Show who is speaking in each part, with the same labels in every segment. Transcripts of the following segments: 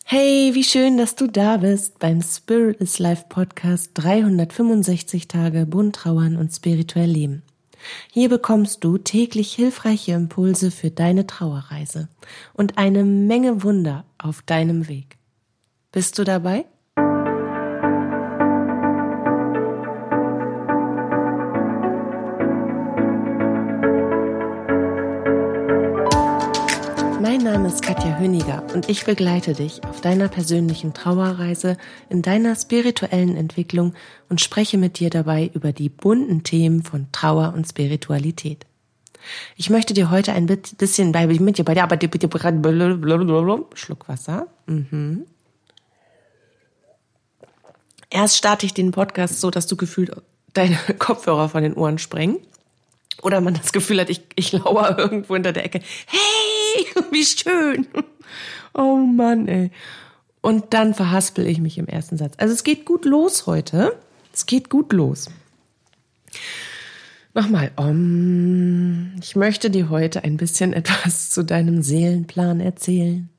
Speaker 1: Hey, wie schön, dass du da bist beim Spirit is Life Podcast 365 Tage bunt trauern und spirituell leben. Hier bekommst du täglich hilfreiche Impulse für deine Trauerreise und eine Menge Wunder auf deinem Weg. Bist du dabei? Mein Name ist Katja Höniger und ich begleite dich auf deiner persönlichen Trauerreise, in deiner spirituellen Entwicklung und spreche mit dir dabei über die bunten Themen von Trauer und Spiritualität. Ich möchte dir heute ein bisschen mit dir bei der Schluck Wasser. Erst starte ich den Podcast so, dass du gefühlt deine Kopfhörer von den Ohren sprengen. Oder man das Gefühl hat, ich lauere irgendwo hinter der Ecke. Hey, wie schön. Oh Mann, ey. Und dann verhaspel ich mich im ersten Satz. Also es geht gut los heute. Es geht gut los. Nochmal. Ich möchte dir heute ein bisschen etwas zu deinem Seelenplan erzählen.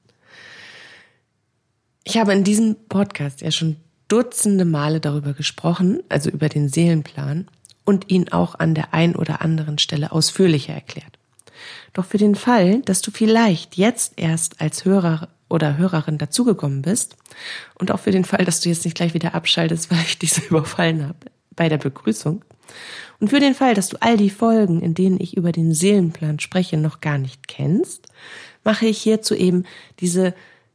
Speaker 1: Ich habe in diesem Podcast ja schon dutzende Male darüber gesprochen, also über den Seelenplan, und ihn auch an der ein oder anderen Stelle ausführlicher erklärt. Doch für den Fall, dass du vielleicht jetzt erst als Hörer oder Hörerin dazugekommen bist und auch für den Fall, dass du jetzt nicht gleich wieder abschaltest, weil ich dich so überfallen habe bei der Begrüßung und für den Fall, dass du all die Folgen, in denen ich über den Seelenplan spreche, noch gar nicht kennst, mache ich hierzu eben diese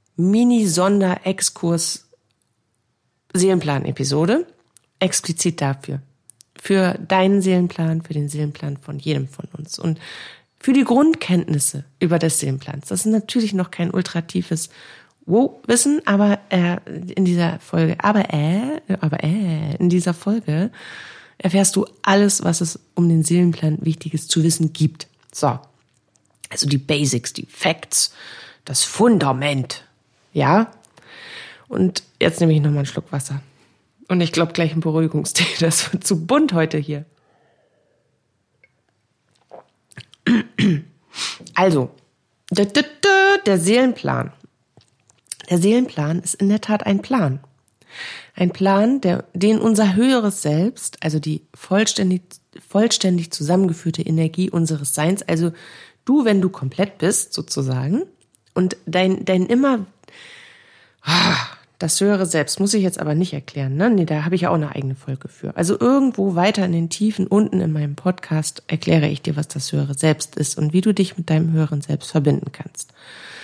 Speaker 1: Mini-Sonder-Exkurs-Seelenplan-Episode explizit dafür. Für deinen Seelenplan, für den Seelenplan von jedem von uns und für die Grundkenntnisse über das Seelenplans. Das ist natürlich noch kein ultratiefes Wissen, aber in dieser Folge, in dieser Folge erfährst du alles, was es um den Seelenplan Wichtiges zu wissen gibt. So, also die Basics, die Facts, das Fundament, ja? Und jetzt nehme ich nochmal einen Schluck Wasser. Und ich glaube gleich ein Beruhigungstee, das wird zu bunt heute hier. Also, der Seelenplan. Der Seelenplan ist in der Tat ein Plan. Ein Plan, den unser höheres Selbst, also die vollständig zusammengeführte Energie unseres Seins, also du, wenn du komplett bist, sozusagen, und dein immer... Das höhere Selbst muss ich jetzt aber nicht erklären, ne? Nee, da habe ich ja auch eine eigene Folge für. Also irgendwo weiter in den Tiefen unten in meinem Podcast erkläre ich dir, was das höhere Selbst ist und wie du dich mit deinem höheren Selbst verbinden kannst.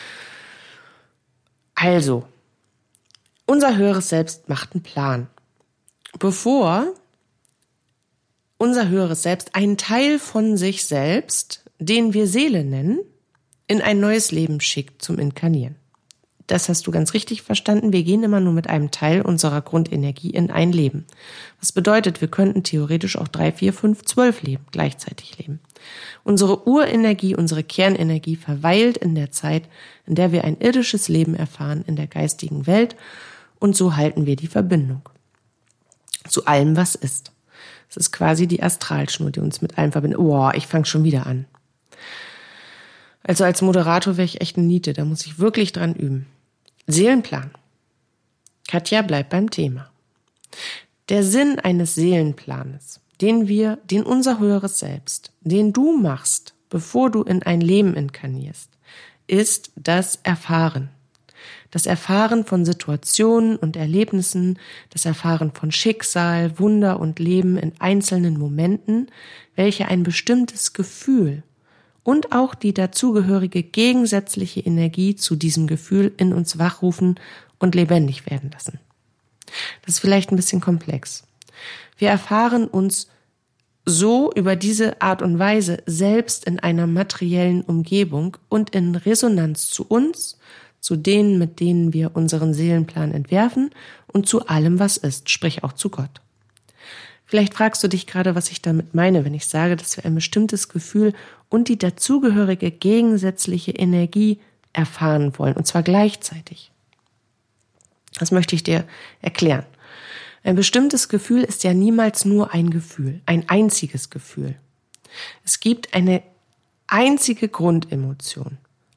Speaker 1: Also, unser höheres Selbst macht einen Plan. Bevor unser höheres Selbst einen Teil von sich selbst, den wir Seele nennen, in ein neues Leben schickt zum Inkarnieren. Das hast du ganz richtig verstanden. Wir gehen immer nur mit einem Teil unserer Grundenergie in ein Leben. Was bedeutet, wir könnten theoretisch auch 3, 4, 5, 12 Leben gleichzeitig leben. Unsere Urenergie, unsere Kernenergie verweilt in der Zeit, in der wir ein irdisches Leben erfahren in der geistigen Welt, und so halten wir die Verbindung zu allem, was ist. Es ist quasi die Astralschnur, die uns mit allem verbindet. Oh, ich fange schon wieder an. Also als Moderator wäre ich echt eine Niete, da muss ich wirklich dran üben. Seelenplan. Katja bleibt beim Thema. Der Sinn eines Seelenplanes, den unser höheres Selbst, den du machst, bevor du in ein Leben inkarnierst, ist das Erfahren. Das Erfahren von Situationen und Erlebnissen, das Erfahren von Schicksal, Wunder und Leben in einzelnen Momenten, welche ein bestimmtes Gefühl und auch die dazugehörige gegensätzliche Energie zu diesem Gefühl in uns wachrufen und lebendig werden lassen. Das ist vielleicht ein bisschen komplex. Wir erfahren uns so über diese Art und Weise selbst in einer materiellen Umgebung und in Resonanz zu uns, zu denen, mit denen wir unseren Seelenplan entwerfen und zu allem, was ist, sprich auch zu Gott. Vielleicht fragst du dich gerade, was ich damit meine, wenn ich sage, dass wir ein bestimmtes Gefühl und die dazugehörige gegensätzliche Energie erfahren wollen, und zwar gleichzeitig. Das möchte ich dir erklären. Ein bestimmtes Gefühl ist ja niemals nur ein Gefühl, ein einziges Gefühl. Es gibt eine einzige Grundemotion,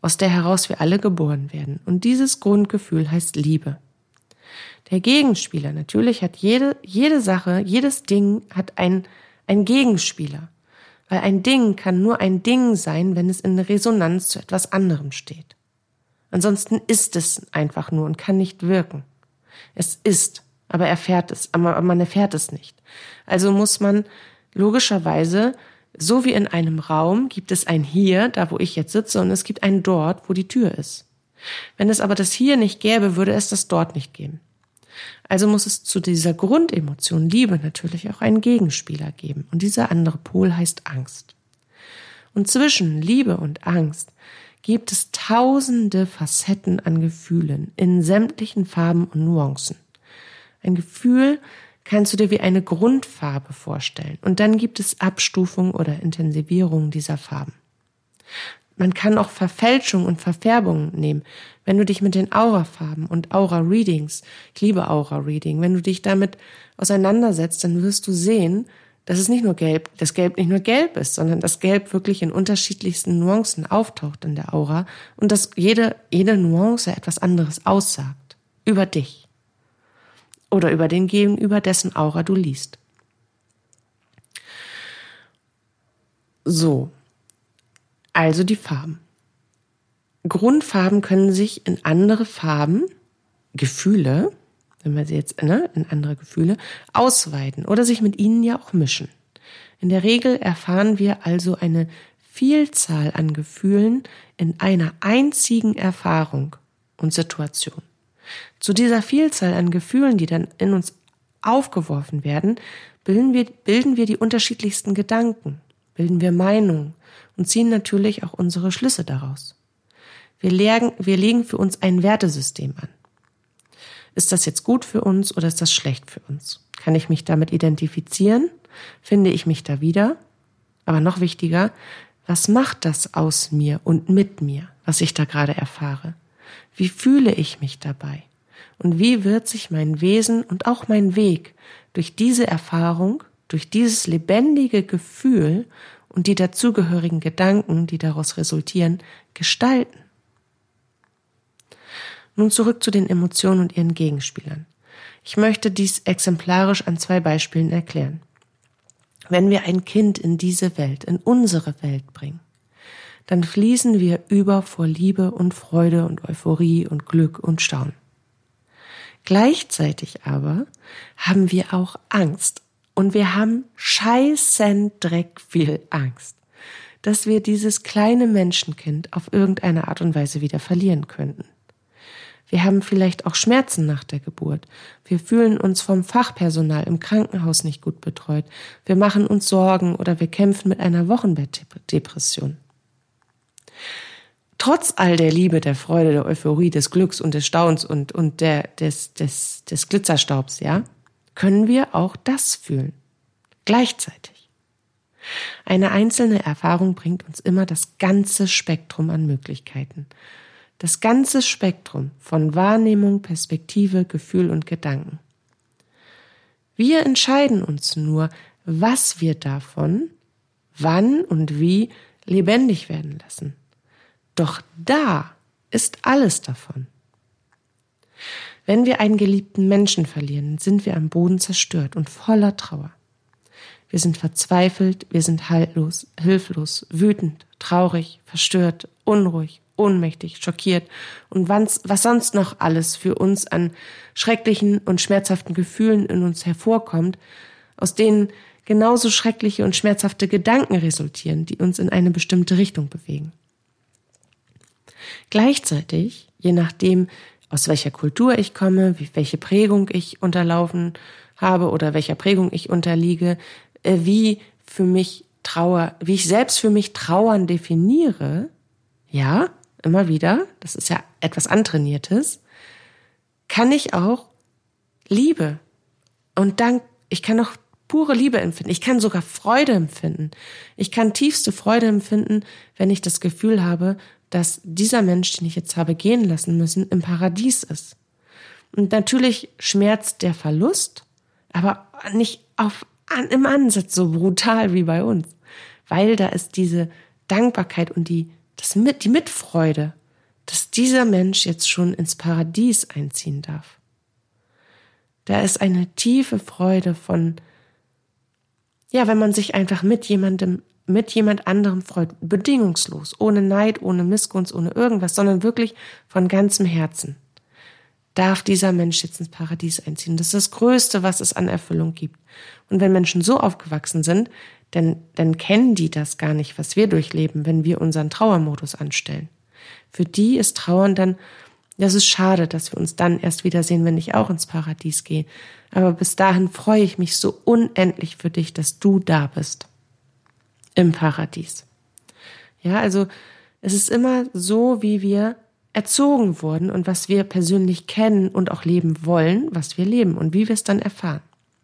Speaker 1: aus der heraus wir alle geboren werden. Und dieses Grundgefühl heißt Liebe. Der Gegenspieler, natürlich hat jede Sache, jedes Ding hat ein Gegenspieler. Weil ein Ding kann nur ein Ding sein, wenn es in Resonanz zu etwas anderem steht. Ansonsten ist es einfach nur und kann nicht wirken. Es ist, aber man erfährt es nicht. Also muss man logischerweise, so wie in einem Raum, gibt es ein Hier, da wo ich jetzt sitze, und es gibt ein Dort, wo die Tür ist. Wenn es aber das Hier nicht gäbe, würde es das Dort nicht geben. Also muss es zu dieser Grundemotion Liebe natürlich auch einen Gegenspieler geben. Und dieser andere Pol heißt Angst. Und zwischen Liebe und Angst gibt es tausende Facetten an Gefühlen in sämtlichen Farben und Nuancen. Ein Gefühl kannst du dir wie eine Grundfarbe vorstellen. Und dann gibt es Abstufungen oder Intensivierungen dieser Farben. Man kann auch Verfälschung und Verfärbungen nehmen. Wenn du dich mit den Aurafarben und Aura-Readings, ich liebe Aura-Reading, wenn du dich damit auseinandersetzt, dann wirst du sehen, dass es nicht nur das Gelb nicht nur gelb ist, sondern das Gelb wirklich in unterschiedlichsten Nuancen auftaucht in der Aura und dass jede Nuance etwas anderes aussagt. Über dich. Oder über den Gegenüber, dessen Aura du liest. So. Also die Farben. Grundfarben können sich in andere Farben, Gefühle, wenn wir sie jetzt in andere Gefühle, ausweiten oder sich mit ihnen ja auch mischen. In der Regel erfahren wir also eine Vielzahl an Gefühlen in einer einzigen Erfahrung und Situation. Zu dieser Vielzahl an Gefühlen, die dann in uns aufgeworfen werden, bilden wir die unterschiedlichsten Gedanken, bilden wir Meinungen und ziehen natürlich auch unsere Schlüsse daraus. Wir legen für uns ein Wertesystem an. Ist das jetzt gut für uns oder ist das schlecht für uns? Kann ich mich damit identifizieren? Finde ich mich da wieder? Aber noch wichtiger, was macht das aus mir und mit mir, was ich da gerade erfahre? Wie fühle ich mich dabei? Und wie wird sich mein Wesen und auch mein Weg durch diese Erfahrung, durch dieses lebendige Gefühl und die dazugehörigen Gedanken, die daraus resultieren, gestalten? Nun zurück zu den Emotionen und ihren Gegenspielern. Ich möchte dies exemplarisch an 2 Beispielen erklären. Wenn wir ein Kind in diese Welt, in unsere Welt bringen, dann fließen wir über vor Liebe und Freude und Euphorie und Glück und Staunen. Gleichzeitig aber haben wir auch Angst. Und wir haben scheißendreck viel Angst, dass wir dieses kleine Menschenkind auf irgendeine Art und Weise wieder verlieren könnten. Wir haben vielleicht auch Schmerzen nach der Geburt. Wir fühlen uns vom Fachpersonal im Krankenhaus nicht gut betreut. Wir machen uns Sorgen oder wir kämpfen mit einer Wochenbettdepression. Trotz all der Liebe, der Freude, der Euphorie, des Glücks und des Staunens und des Glitzerstaubs, ja, können wir auch das fühlen. Gleichzeitig. Eine einzelne Erfahrung bringt uns immer das ganze Spektrum an Möglichkeiten. Das ganze Spektrum von Wahrnehmung, Perspektive, Gefühl und Gedanken. Wir entscheiden uns nur, was wir davon, wann und wie lebendig werden lassen. Doch da ist alles davon. Wenn wir einen geliebten Menschen verlieren, sind wir am Boden zerstört und voller Trauer. Wir sind verzweifelt, wir sind haltlos, hilflos, wütend, traurig, verstört, unruhig, ohnmächtig, schockiert und was sonst noch alles für uns an schrecklichen und schmerzhaften Gefühlen in uns hervorkommt, aus denen genauso schreckliche und schmerzhafte Gedanken resultieren, die uns in eine bestimmte Richtung bewegen. Gleichzeitig, je nachdem, aus welcher Kultur ich komme, welche Prägung ich unterlaufen habe oder welcher Prägung ich unterliege, wie ich selbst für mich Trauern definiere, ja, immer wieder, das ist ja etwas Antrainiertes, kann ich auch Liebe und Dank, ich kann auch pure Liebe empfinden, ich kann sogar Freude empfinden. Ich kann tiefste Freude empfinden, wenn ich das Gefühl habe, dass dieser Mensch, den ich jetzt habe gehen lassen müssen, im Paradies ist. Und natürlich schmerzt der Verlust, aber nicht im Ansatz so brutal wie bei uns, weil da ist diese Dankbarkeit und die Mitfreude dass dieser Mensch jetzt schon ins Paradies einziehen darf. Da ist eine tiefe Freude von, ja, wenn man sich einfach mit jemand anderem freut, bedingungslos, ohne Neid, ohne Missgunst, ohne irgendwas, sondern wirklich von ganzem Herzen, darf dieser Mensch jetzt ins Paradies einziehen. Das ist das Größte, was es an Erfüllung gibt. Und wenn Menschen so aufgewachsen sind, dann kennen die das gar nicht, was wir durchleben, wenn wir unseren Trauermodus anstellen. Für die ist Trauern dann, das ist schade, dass wir uns dann erst wiedersehen, wenn ich auch ins Paradies gehe. Aber bis dahin freue ich mich so unendlich für dich, dass du da bist. Im Paradies. Ja, also es ist immer so, wie wir erzogen wurden und was wir persönlich kennen und auch leben wollen, was wir leben und wie wir es dann erfahren.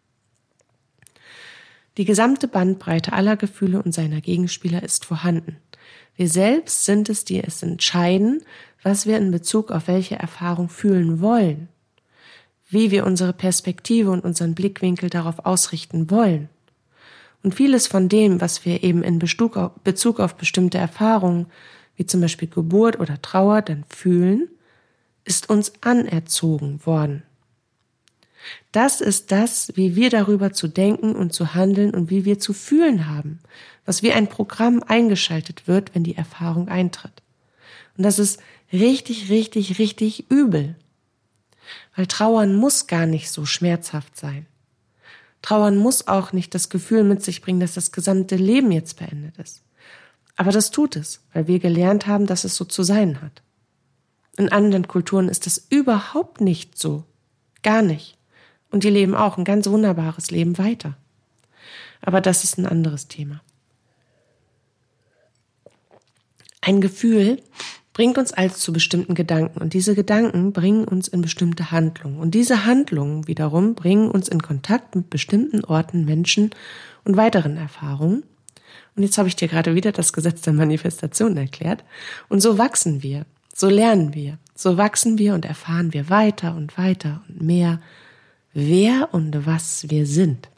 Speaker 1: Die gesamte Bandbreite aller Gefühle und seiner Gegenspieler ist vorhanden. Wir selbst sind es, die es entscheiden, was wir in Bezug auf welche Erfahrung fühlen wollen, wie wir unsere Perspektive und unseren Blickwinkel darauf ausrichten wollen. Und vieles von dem, was wir eben in Bezug auf bestimmte Erfahrungen, wie zum Beispiel Geburt oder Trauer, dann fühlen, ist uns anerzogen worden. Das ist das, wie wir darüber zu denken und zu handeln und wie wir zu fühlen haben, was wie ein Programm eingeschaltet wird, wenn die Erfahrung eintritt. Und das ist richtig, richtig, richtig übel. Weil Trauern muss gar nicht so schmerzhaft sein. Trauern muss auch nicht das Gefühl mit sich bringen, dass das gesamte Leben jetzt beendet ist. Aber das tut es, weil wir gelernt haben, dass es so zu sein hat. In anderen Kulturen ist das überhaupt nicht so. Gar nicht. Und die leben auch ein ganz wunderbares Leben weiter. Aber das ist ein anderes Thema. Ein Gefühl bringt uns also zu bestimmten Gedanken und diese Gedanken bringen uns in bestimmte Handlungen. Und diese Handlungen wiederum bringen uns in Kontakt mit bestimmten Orten, Menschen und weiteren Erfahrungen. Und jetzt habe ich dir gerade wieder das Gesetz der Manifestation erklärt. Und so wachsen wir, so lernen wir, so wachsen wir und erfahren wir weiter und weiter und mehr, wer und was wir sind.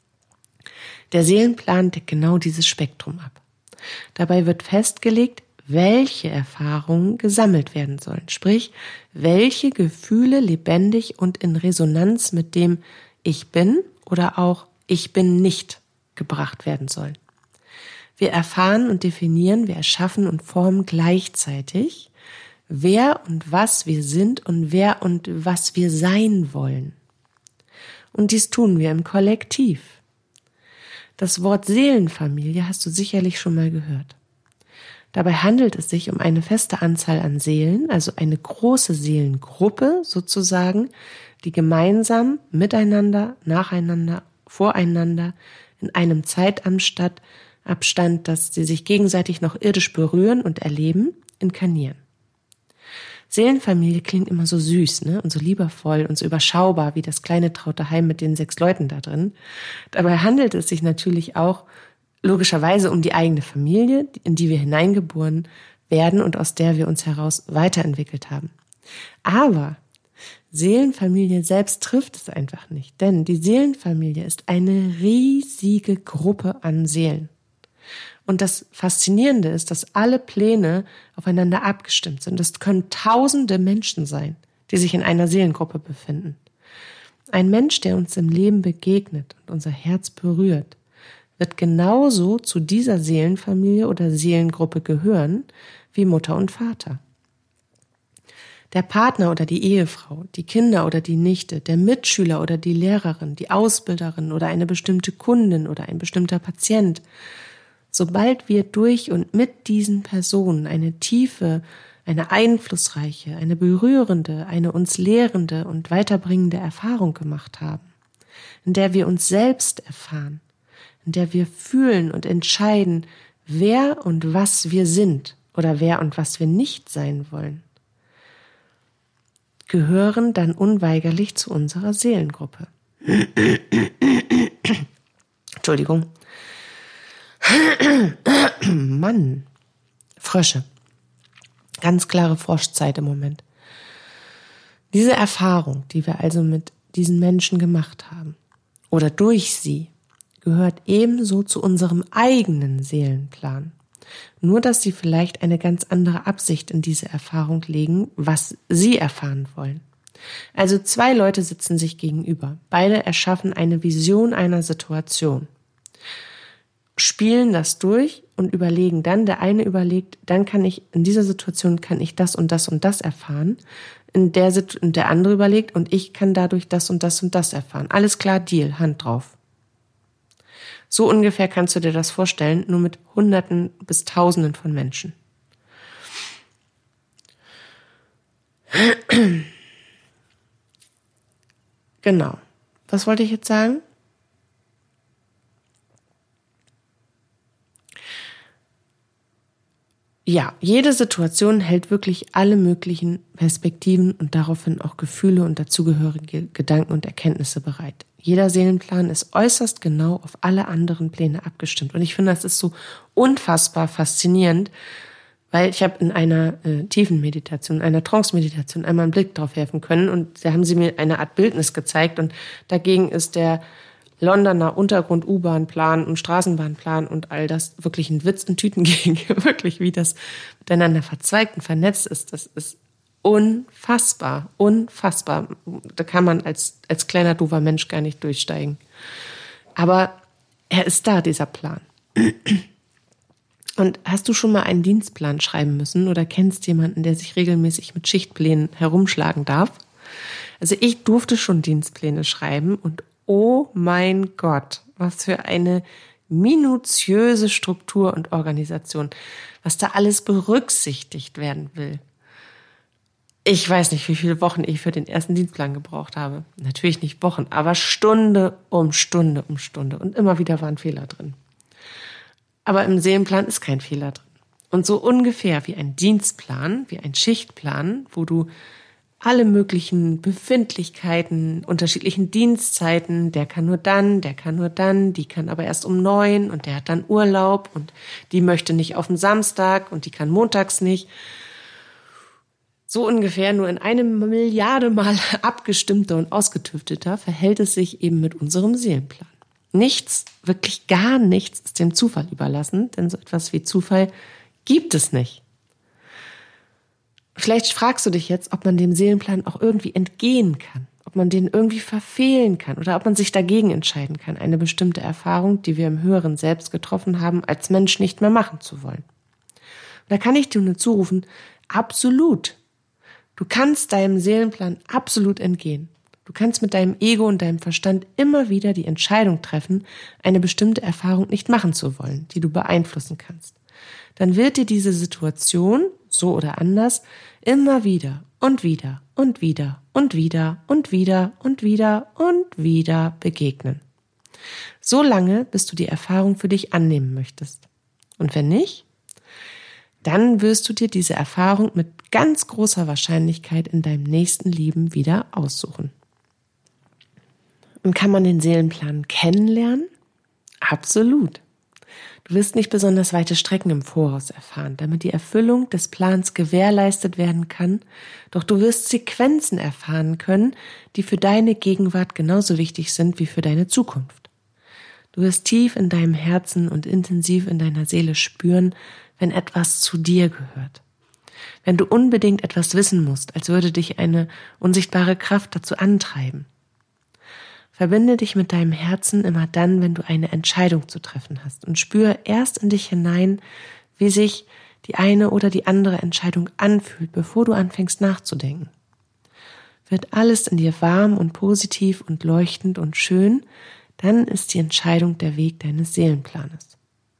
Speaker 1: Der Seelenplan deckt genau dieses Spektrum ab. Dabei wird festgelegt, welche Erfahrungen gesammelt werden sollen, sprich, welche Gefühle lebendig und in Resonanz mit dem Ich bin oder auch Ich bin nicht gebracht werden sollen. Wir erfahren und definieren, wir erschaffen und formen gleichzeitig, wer und was wir sind und wer und was wir sein wollen. Und dies tun wir im Kollektiv. Das Wort Seelenfamilie hast du sicherlich schon mal gehört. Dabei handelt es sich um eine feste Anzahl an Seelen, also eine große Seelengruppe sozusagen, die gemeinsam, miteinander, nacheinander, voreinander in einem Zeitabstand, dass sie sich gegenseitig noch irdisch berühren und erleben, inkarnieren. Seelenfamilie klingt immer so süß, ne? Und so liebevoll und so überschaubar wie das kleine traute Heim mit den 6 Leuten da drin. Dabei handelt es sich natürlich auch logischerweise um die eigene Familie, in die wir hineingeboren werden und aus der wir uns heraus weiterentwickelt haben. Aber Seelenfamilie selbst trifft es einfach nicht, denn die Seelenfamilie ist eine riesige Gruppe an Seelen. Und das Faszinierende ist, dass alle Pläne aufeinander abgestimmt sind. Das können tausende Menschen sein, die sich in einer Seelengruppe befinden. Ein Mensch, der uns im Leben begegnet und unser Herz berührt, wird genauso zu dieser Seelenfamilie oder Seelengruppe gehören wie Mutter und Vater. Der Partner oder die Ehefrau, die Kinder oder die Nichte, der Mitschüler oder die Lehrerin, die Ausbilderin oder eine bestimmte Kundin oder ein bestimmter Patient. Sobald wir durch und mit diesen Personen eine tiefe, eine einflussreiche, eine berührende, eine uns lehrende und weiterbringende Erfahrung gemacht haben, in der wir uns selbst erfahren, in der wir fühlen und entscheiden, wer und was wir sind oder wer und was wir nicht sein wollen, gehören dann unweigerlich zu unserer Seelengruppe. Entschuldigung. Mann, Frösche. Ganz klare Froschzeit im Moment. Diese Erfahrung, die wir also mit diesen Menschen gemacht haben oder durch sie, gehört ebenso zu unserem eigenen Seelenplan. Nur, dass sie vielleicht eine ganz andere Absicht in diese Erfahrung legen, was sie erfahren wollen. Also 2 Leute sitzen sich gegenüber. Beide erschaffen eine Vision einer Situation. Spielen das durch und überlegen dann, der eine überlegt, dann kann ich, in dieser Situation kann ich das und das und das erfahren. Und der andere überlegt, und ich kann dadurch das und das und das erfahren. Alles klar, Deal, Hand drauf. So ungefähr kannst du dir das vorstellen, nur mit Hunderten bis Tausenden von Menschen. Genau. Was wollte ich jetzt sagen? Ja, jede Situation hält wirklich alle möglichen Perspektiven und daraufhin auch Gefühle und dazugehörige Gedanken und Erkenntnisse bereit. Jeder Seelenplan ist äußerst genau auf alle anderen Pläne abgestimmt. Und ich finde, das ist so unfassbar faszinierend, weil ich habe in einer tiefen Meditation, einer Trance-Meditation einmal einen Blick drauf werfen können und da haben sie mir eine Art Bildnis gezeigt und dagegen ist der Londoner Untergrund-U-Bahn-Plan und Straßenbahnplan und all das wirklich ein Witz in Tüten gegen, wirklich wie das miteinander verzweigt und vernetzt ist. Das ist unfassbar, unfassbar. Da kann man als kleiner, doofer Mensch gar nicht durchsteigen. Aber er ist da, dieser Plan. Und hast du schon mal einen Dienstplan schreiben müssen oder kennst jemanden, der sich regelmäßig mit Schichtplänen herumschlagen darf? Also ich durfte schon Dienstpläne schreiben und oh mein Gott, was für eine minutiöse Struktur und Organisation, was da alles berücksichtigt werden will. Ich weiß nicht, wie viele Wochen ich für den ersten Dienstplan gebraucht habe. Natürlich nicht Wochen, aber Stunde um Stunde um Stunde. Und immer wieder waren Fehler drin. Aber im Seelenplan ist kein Fehler drin. Und so ungefähr wie ein Dienstplan, wie ein Schichtplan, wo du alle möglichen Befindlichkeiten, unterschiedlichen Dienstzeiten, der kann nur dann, die kann aber erst um 9 und der hat dann Urlaub und die möchte nicht auf den Samstag und die kann montags nicht. So ungefähr nur in einem Milliarde Mal abgestimmter und ausgetüfteter verhält es sich eben mit unserem Seelenplan. Nichts, wirklich gar nichts ist dem Zufall überlassen, denn so etwas wie Zufall gibt es nicht. Vielleicht fragst du dich jetzt, ob man dem Seelenplan auch irgendwie entgehen kann, ob man den irgendwie verfehlen kann oder ob man sich dagegen entscheiden kann, eine bestimmte Erfahrung, die wir im höheren Selbst getroffen haben, als Mensch nicht mehr machen zu wollen. Und da kann ich dir nur zurufen, absolut. Du kannst deinem Seelenplan absolut entgehen. Du kannst mit deinem Ego und deinem Verstand immer wieder die Entscheidung treffen, eine bestimmte Erfahrung nicht machen zu wollen, die du beeinflussen kannst. Dann wird dir diese Situation, so oder anders, immer wieder und wieder und wieder und wieder und wieder und wieder und wieder begegnen. So lange, bis du die Erfahrung für dich annehmen möchtest. Und wenn nicht, dann wirst du dir diese Erfahrung mit ganz großer Wahrscheinlichkeit in deinem nächsten Leben wieder aussuchen. Und kann man den Seelenplan kennenlernen? Absolut. Du wirst nicht besonders weite Strecken im Voraus erfahren, damit die Erfüllung des Plans gewährleistet werden kann, doch du wirst Sequenzen erfahren können, die für deine Gegenwart genauso wichtig sind wie für deine Zukunft. Du wirst tief in deinem Herzen und intensiv in deiner Seele spüren, wenn etwas zu dir gehört. Wenn du unbedingt etwas wissen musst, als würde dich eine unsichtbare Kraft dazu antreiben. Verbinde dich mit deinem Herzen immer dann, wenn du eine Entscheidung zu treffen hast und spüre erst in dich hinein, wie sich die eine oder die andere Entscheidung anfühlt, bevor du anfängst nachzudenken. Wird alles in dir warm und positiv und leuchtend und schön, dann ist die Entscheidung der Weg deines Seelenplanes.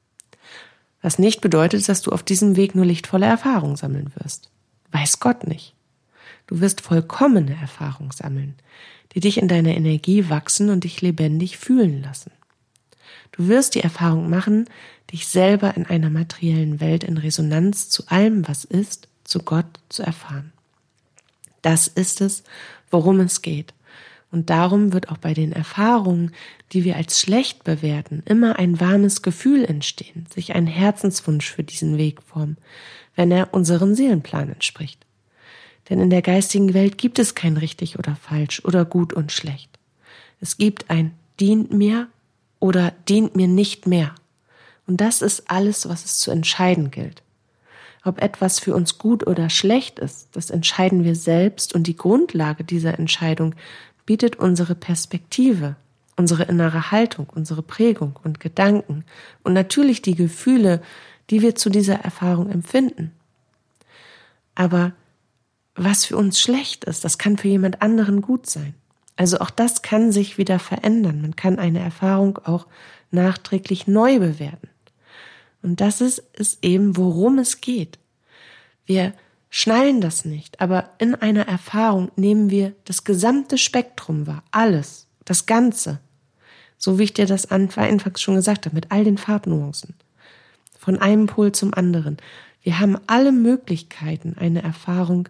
Speaker 1: Was nicht bedeutet, dass du auf diesem Weg nur lichtvolle Erfahrungen sammeln wirst. Weiß Gott nicht. Du wirst vollkommene Erfahrung sammeln, die dich in deiner Energie wachsen und dich lebendig fühlen lassen. Du wirst die Erfahrung machen, dich selber in einer materiellen Welt in Resonanz zu allem, was ist, zu Gott zu erfahren. Das ist es, worum es geht. Und darum wird auch bei den Erfahrungen, die wir als schlecht bewerten, immer ein warmes Gefühl entstehen, sich ein Herzenswunsch für diesen Weg formen, wenn er unserem Seelenplan entspricht. Denn in der geistigen Welt gibt es kein richtig oder falsch oder gut und schlecht. Es gibt ein dient mir oder dient mir nicht mehr. Und das ist alles, was es zu entscheiden gilt. Ob etwas für uns gut oder schlecht ist, das entscheiden wir selbst und die Grundlage dieser Entscheidung bietet unsere Perspektive, unsere innere Haltung, unsere Prägung und Gedanken und natürlich die Gefühle, die wir zu dieser Erfahrung empfinden. Aber was für uns schlecht ist, das kann für jemand anderen gut sein. Also auch das kann sich wieder verändern. Man kann eine Erfahrung auch nachträglich neu bewerten. Und das ist eben, worum es geht. Wir schnallen das nicht, aber in einer Erfahrung nehmen wir das gesamte Spektrum wahr, alles, das Ganze. So wie ich dir das anfangs schon gesagt habe, mit all den Farbnuancen. Von einem Pol zum anderen. Wir haben alle Möglichkeiten, eine Erfahrung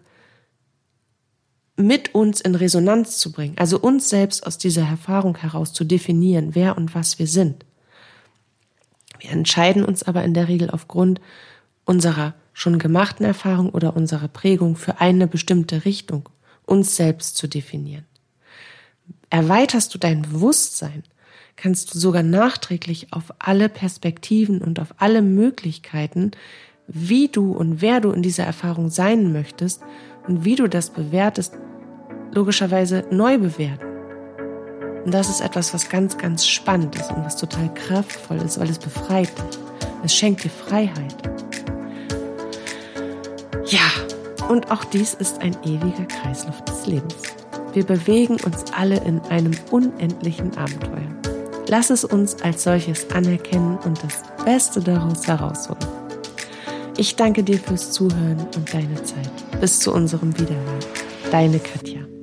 Speaker 1: mit uns in Resonanz zu bringen, also uns selbst aus dieser Erfahrung heraus zu definieren, wer und was wir sind. Wir entscheiden uns aber in der Regel aufgrund unserer schon gemachten Erfahrung oder unserer Prägung für eine bestimmte Richtung, uns selbst zu definieren. Erweiterst du dein Bewusstsein, kannst du sogar nachträglich auf alle Perspektiven und auf alle Möglichkeiten, wie du und wer du in dieser Erfahrung sein möchtest und wie du das bewertest, logischerweise neu bewerten. Und das ist etwas, was ganz, ganz spannend ist und was total kraftvoll ist, weil es befreit dich. Es schenkt dir Freiheit. Ja, und auch dies ist ein ewiger Kreislauf des Lebens. Wir bewegen uns alle in einem unendlichen Abenteuer. Lass es uns als solches anerkennen und das Beste daraus herausholen. Ich danke dir fürs Zuhören und deine Zeit. Bis zu unserem Wiederhören. Deine Katja.